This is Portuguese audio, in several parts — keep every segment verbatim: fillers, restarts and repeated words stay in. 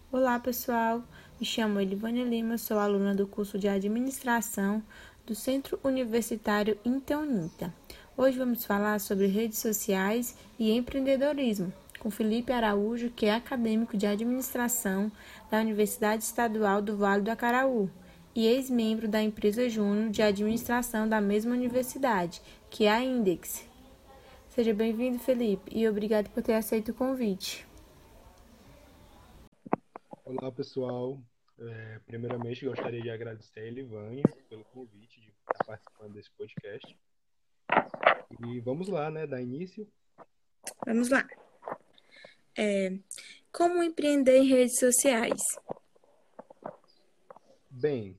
Olá, pessoal. Me chamo Elivânia Lima, sou aluna do curso de Administração do Centro Universitário Interunita. Hoje vamos falar sobre redes sociais e empreendedorismo, com Felipe Araújo, que é acadêmico de Administração da Universidade Estadual do Vale do Acaraú e ex-membro da empresa Júnior de Administração da mesma universidade, que é a Index. Seja bem-vindo, Felipe, e obrigado por ter aceito o convite. Olá, pessoal. É, primeiramente, gostaria de agradecer a Elivânia pelo convite de estar participando desse podcast. E vamos lá, né, dar início. Vamos lá. É, como empreender em redes sociais? Bem,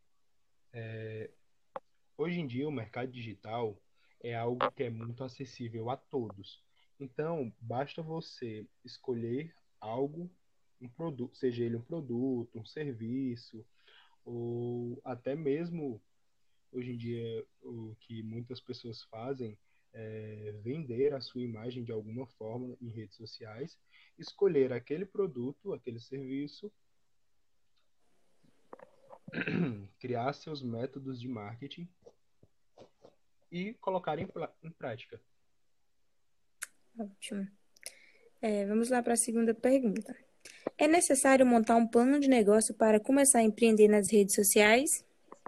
hoje em dia o mercado digital é algo que é muito acessível a todos. Então, basta você escolher algo, um produto, seja ele um produto, um serviço, ou até mesmo hoje em dia o que muitas pessoas fazem é vender a sua imagem de alguma forma em redes sociais, escolher aquele produto, aquele serviço, criar seus métodos de marketing e colocar em, em prática. Ótimo. É, vamos lá para a segunda pergunta. É necessário montar um plano de negócio para começar a empreender nas redes sociais?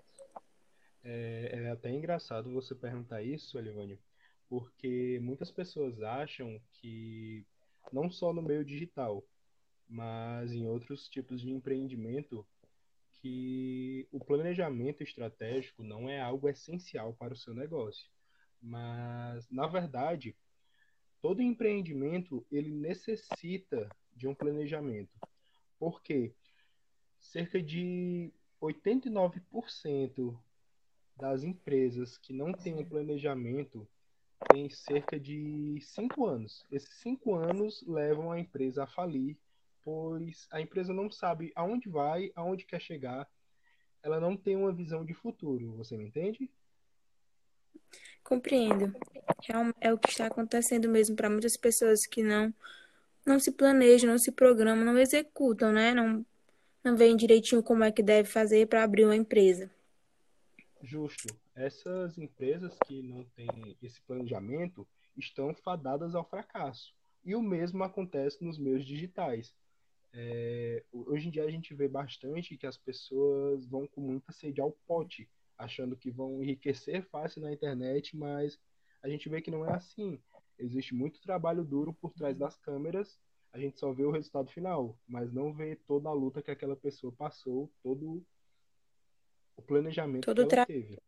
É, é até engraçado você perguntar isso, Elivânia, porque muitas pessoas acham que não só no meio digital, mas em outros tipos de empreendimento, que o planejamento estratégico não é algo essencial para o seu negócio. Mas, na verdade, todo empreendimento ele necessita de um planejamento. Porque cerca de oitenta e nove por cento das empresas que não têm um planejamento têm cerca de cinco anos. Esses cinco anos levam a empresa a falir, pois a empresa não sabe aonde vai, aonde quer chegar, ela não tem uma visão de futuro, você me entende? Compreendo. Real- É o que está acontecendo mesmo para muitas pessoas que não, não se planejam, não se programam, não executam, né? Não, não veem direitinho como é que deve fazer para abrir uma empresa. Justo. Essas empresas que não têm esse planejamento estão fadadas ao fracasso. E o mesmo acontece nos meios digitais. É, hoje em dia a gente vê bastante que as pessoas vão com muita sede ao pote, achando que vão enriquecer fácil na internet, mas a gente vê que não é assim. Existe muito trabalho duro por trás das câmeras, a gente só vê o resultado final, mas não vê toda a luta que aquela pessoa passou, todo o planejamento que Todo ela tra... teve.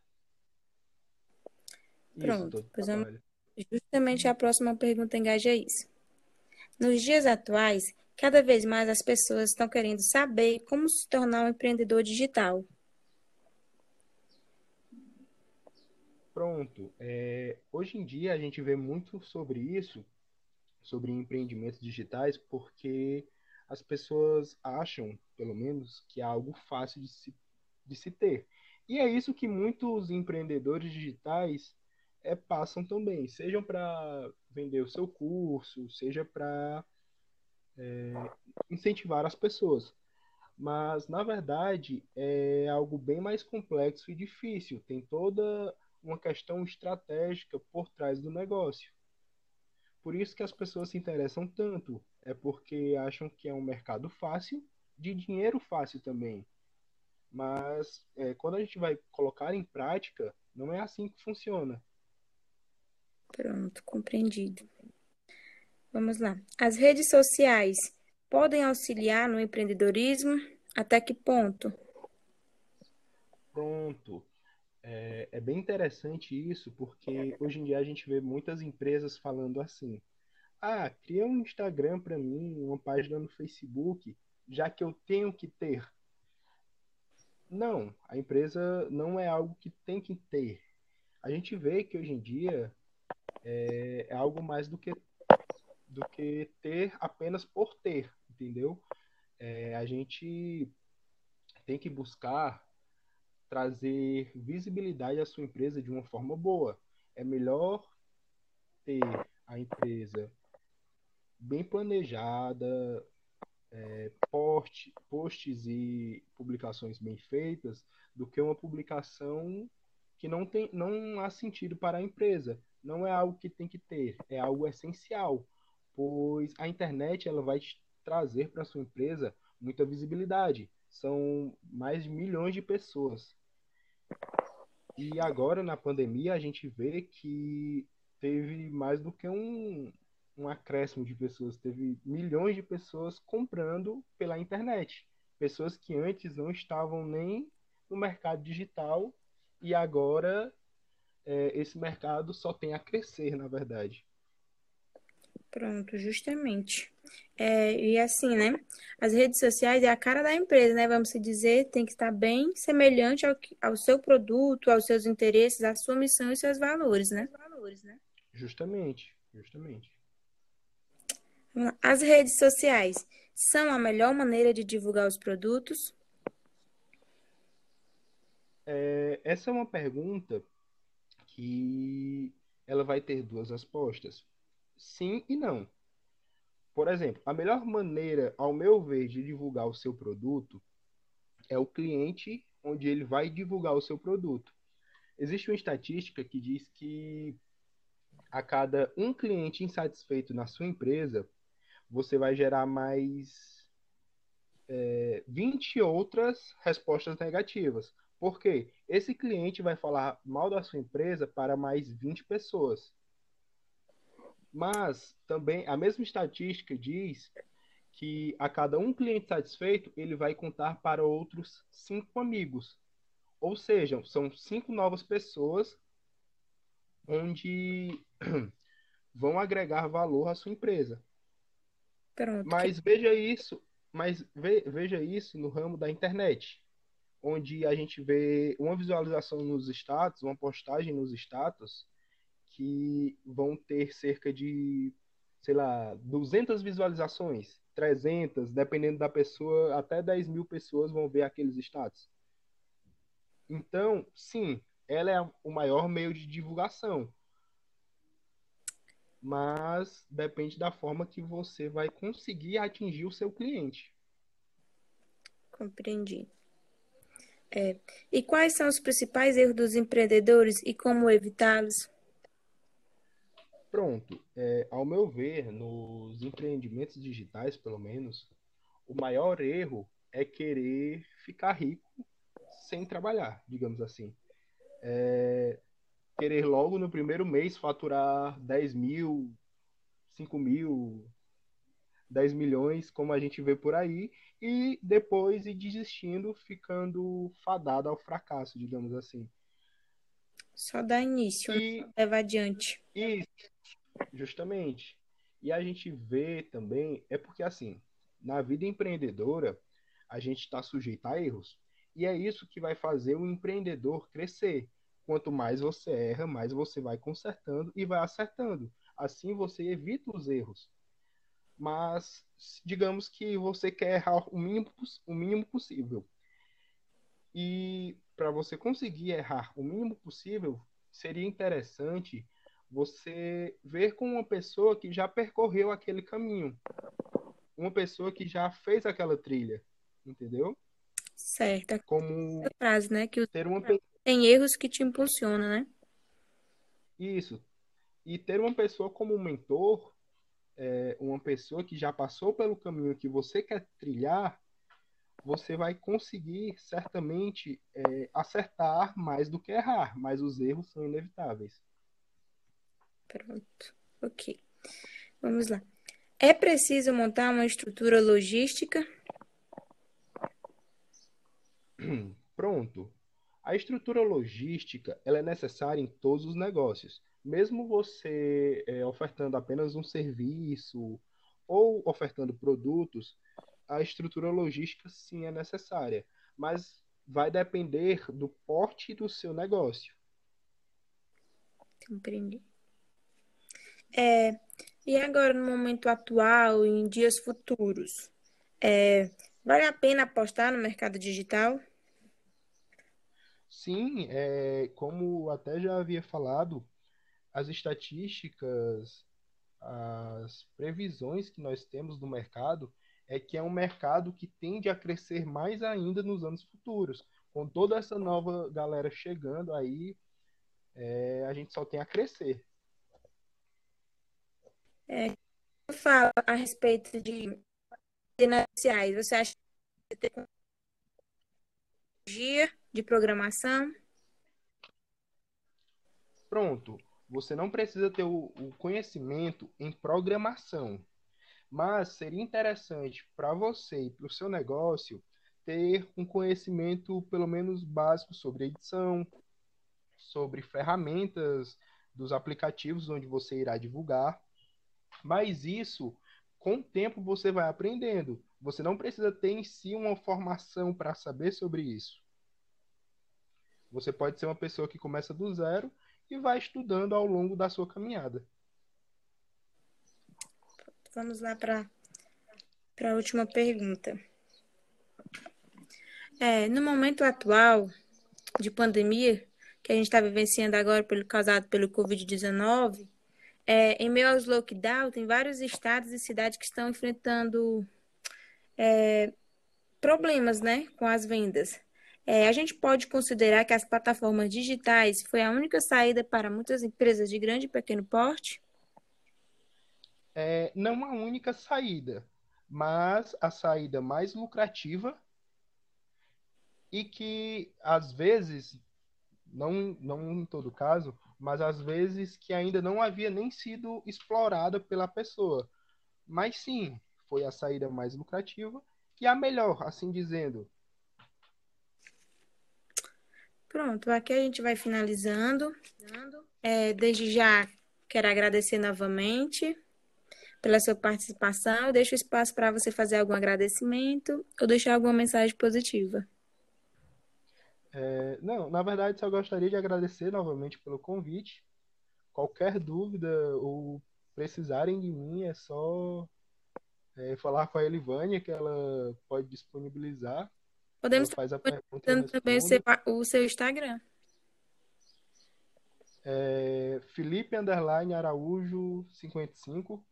Isso, Pronto. todo Pois vamos trabalho. justamente a próxima pergunta engaja isso. Nos dias atuais, cada vez mais as pessoas estão querendo saber como se tornar um empreendedor digital. Pronto. É, hoje em dia a gente vê muito sobre isso, sobre empreendimentos digitais, porque as pessoas acham, pelo menos, que é algo fácil de se, de se ter. E é isso que muitos empreendedores digitais é, passam também, sejam para vender o seu curso, seja para incentivar as pessoas. Mas, na verdade, é algo bem mais complexo e difícil. Tem toda uma questão estratégica por trás do negócio. Por isso que as pessoas se interessam tanto. É porque acham que é um mercado fácil, de dinheiro fácil também. Mas é, quando a gente vai colocar em prática, não é assim que funciona. Pronto, compreendido. Vamos lá. As redes sociais podem auxiliar no empreendedorismo? Até que ponto? Pronto. É, é bem interessante isso, porque hoje em dia a gente vê muitas empresas falando assim: ah, cria um Instagram para mim, uma página no Facebook, já que eu tenho que ter. Não, a empresa não é algo que tem que ter. A gente vê que hoje em dia é, é algo mais do que, do que ter apenas por ter, entendeu? É, a gente tem que buscar trazer visibilidade à sua empresa de uma forma boa. É melhor ter a empresa bem planejada, post, posts e publicações bem feitas do que uma publicação que não tem, não há sentido para a empresa. Não é algo que tem que ter, é algo essencial, pois a internet ela vai te trazer para a sua empresa muita visibilidade. São mais de milhões de pessoas. E agora, na pandemia, a gente vê que teve mais do que um, um acréscimo de pessoas. Teve milhões de pessoas comprando pela internet. Pessoas que antes não estavam nem no mercado digital e agora é, esse mercado só tem a crescer, na verdade. Pronto, justamente. É, e assim, né? As redes sociais é a cara da empresa, né? Vamos se dizer, tem que estar bem semelhante ao, que- ao seu produto, aos seus interesses, à sua missão e seus valores, né? Justamente, justamente. Vamos lá. As redes sociais são a melhor maneira de divulgar os produtos? É, essa é uma pergunta que ela vai ter duas respostas. Sim e não. Por exemplo, a melhor maneira, ao meu ver, de divulgar o seu produto é o cliente onde ele vai divulgar o seu produto. Existe uma estatística que diz que a cada um cliente insatisfeito na sua empresa, você vai gerar mais é, vinte outras respostas negativas. Por quê? Esse cliente vai falar mal da sua empresa para mais vinte pessoas. Mas também a mesma estatística diz que a cada um cliente satisfeito, ele vai contar para outros cinco amigos. Ou seja, são cinco novas pessoas onde vão agregar valor à sua empresa. Pronto, que Mas veja isso, mas ve, veja isso no ramo da internet, onde a gente vê uma visualização nos status, uma postagem nos status, que vão ter cerca de, sei lá, duzentas visualizações, trezentas, dependendo da pessoa, até dez mil pessoas vão ver aqueles status. Então, sim, ela é o maior meio de divulgação, mas depende da forma que você vai conseguir atingir o seu cliente. compreendi. É. E quais são os principais erros dos empreendedores e como evitá-los? Pronto, é, ao meu ver, nos empreendimentos digitais, pelo menos, o maior erro é querer ficar rico sem trabalhar, digamos assim. Querer logo no primeiro mês faturar dez mil, cinco mil, dez milhões, como a gente vê por aí, e depois ir desistindo, ficando fadado ao fracasso, digamos assim. Só dar início, né? E, Levar adiante. e justamente, e a gente vê também, é porque assim, na vida empreendedora, a gente está sujeito a erros. E é isso que vai fazer o empreendedor crescer. Quanto mais você erra, mais você vai consertando e vai acertando. Assim você evita os erros. Mas digamos que você quer errar o mínimo, o mínimo possível. E para você conseguir errar o mínimo possível, seria interessante você ver com uma pessoa que já percorreu aquele caminho, uma pessoa que já fez aquela trilha, entendeu? Certo. Como A frase, né? Que ter uma pe- tem erros que te impulsionam, né? isso, e ter uma pessoa como um mentor, é, uma pessoa que já passou pelo caminho que você quer trilhar, você vai conseguir certamente é, acertar mais do que errar, mas os erros são inevitáveis. Pronto. Ok. Vamos lá. É preciso montar uma estrutura logística? Pronto. A estrutura logística ela é necessária em todos os negócios. Mesmo você é, ofertando apenas um serviço ou ofertando produtos, a estrutura logística sim é necessária, mas vai depender do porte do seu negócio. Compreendi. É, e agora, no momento atual, em dias futuros, é, vale a pena apostar no mercado digital? Sim, é, como até já havia falado, as estatísticas, as previsões que nós temos do mercado é que é um mercado que tende a crescer mais ainda nos anos futuros. Com toda essa nova galera chegando aí, é, a gente só tem a crescer. É, fala a respeito de inteligências artificiais. Você acha que tem tecnologia de programação? Pronto, você não precisa ter o, o conhecimento em programação, mas seria interessante para você e para o seu negócio ter um conhecimento pelo menos básico sobre edição, sobre ferramentas dos aplicativos onde você irá divulgar. Mas isso, com o tempo, você vai aprendendo. Você não precisa ter em si uma formação para saber sobre isso. Você pode ser uma pessoa que começa do zero e vai estudando ao longo da sua caminhada. Vamos lá para para a última pergunta. É, no momento atual de pandemia, que a gente está vivenciando agora pelo causado pelo covid dezenove, é, em meio aos lockdown, tem vários estados e cidades que estão enfrentando problemas, né, com as vendas. É, a gente pode considerar que as plataformas digitais foi a única saída para muitas empresas de grande e pequeno porte? É, não a única saída, mas a saída mais lucrativa e que, às vezes, não, não em todo caso, mas às vezes que ainda não havia nem sido explorada pela pessoa. Mas sim, foi a saída mais lucrativa e a melhor, assim dizendo. Pronto, aqui a gente vai finalizando. É, desde já quero agradecer novamente pela sua participação. Eu deixo espaço para você fazer algum agradecimento ou deixar alguma mensagem positiva. É, não, na verdade, só gostaria de agradecer novamente pelo convite. Qualquer dúvida ou precisarem de mim, é só é, falar com a Elivânia, que ela pode disponibilizar. Ela Podemos estar faz a pergunta e eu dando também o seu, respondo. o seu Instagram. É, Felipe Underline Araújo cinquenta e cinco.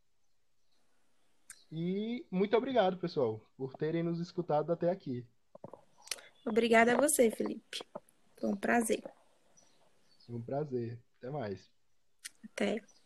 E muito obrigado, pessoal, por terem nos escutado até aqui. Obrigada a você, Felipe. Foi um prazer. Foi um prazer. Até mais. Até.